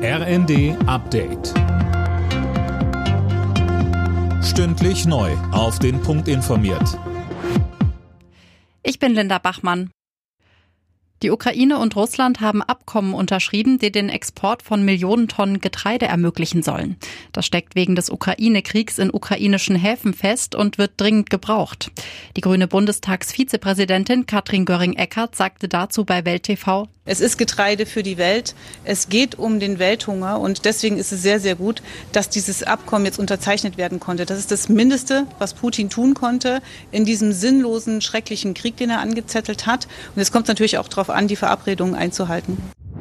RND Update. Stündlich neu auf den Punkt informiert. Ich bin Linda Bachmann. Die Ukraine und Russland haben Abkommen unterschrieben, die den Export von Millionen Tonnen Getreide ermöglichen sollen. Das steckt wegen des Ukraine-Kriegs in ukrainischen Häfen fest und wird dringend gebraucht. Die grüne Bundestagsvizepräsidentin Katrin Göring-Eckardt sagte dazu bei Welt TV: Es ist Getreide für die Welt. Es geht um den Welthunger und deswegen ist es sehr, sehr gut, dass dieses Abkommen jetzt unterzeichnet werden konnte. Das ist das Mindeste, was Putin tun konnte in diesem sinnlosen, schrecklichen Krieg, den er angezettelt hat. Und es kommt natürlich auch darauf an, die Verabredungen einzuhalten.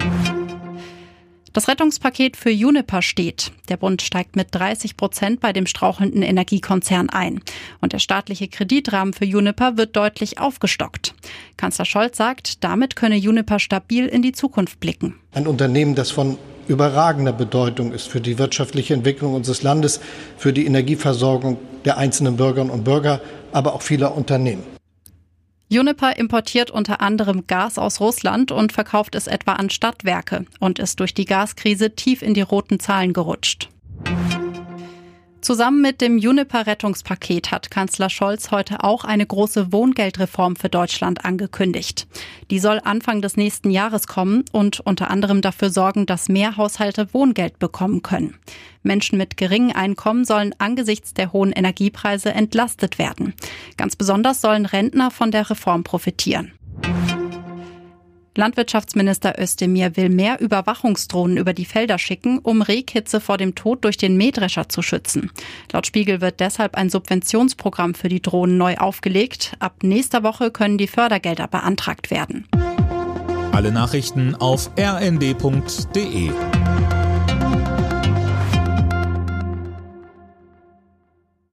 Das Rettungspaket für Uniper steht. Der Bund steigt mit 30% bei dem strauchelnden Energiekonzern ein. Und der staatliche Kreditrahmen für Uniper wird deutlich aufgestockt. Kanzler Scholz sagt, damit könne Uniper stabil in die Zukunft blicken. Ein Unternehmen, das von überragender Bedeutung ist für die wirtschaftliche Entwicklung unseres Landes, für die Energieversorgung der einzelnen Bürgerinnen und Bürger, aber auch vieler Unternehmen. Uniper importiert unter anderem Gas aus Russland und verkauft es etwa an Stadtwerke und ist durch die Gaskrise tief in die roten Zahlen gerutscht. Zusammen mit dem Uniper-Rettungspaket hat Kanzler Scholz heute auch eine große Wohngeldreform für Deutschland angekündigt. Die soll Anfang des nächsten Jahres kommen und unter anderem dafür sorgen, dass mehr Haushalte Wohngeld bekommen können. Menschen mit geringen Einkommen sollen angesichts der hohen Energiepreise entlastet werden. Ganz besonders sollen Rentner von der Reform profitieren. Landwirtschaftsminister Özdemir will mehr Überwachungsdrohnen über die Felder schicken, um Rehkitze vor dem Tod durch den Mähdrescher zu schützen. Laut Spiegel wird deshalb ein Subventionsprogramm für die Drohnen neu aufgelegt. Ab nächster Woche können die Fördergelder beantragt werden. Alle Nachrichten auf rnd.de.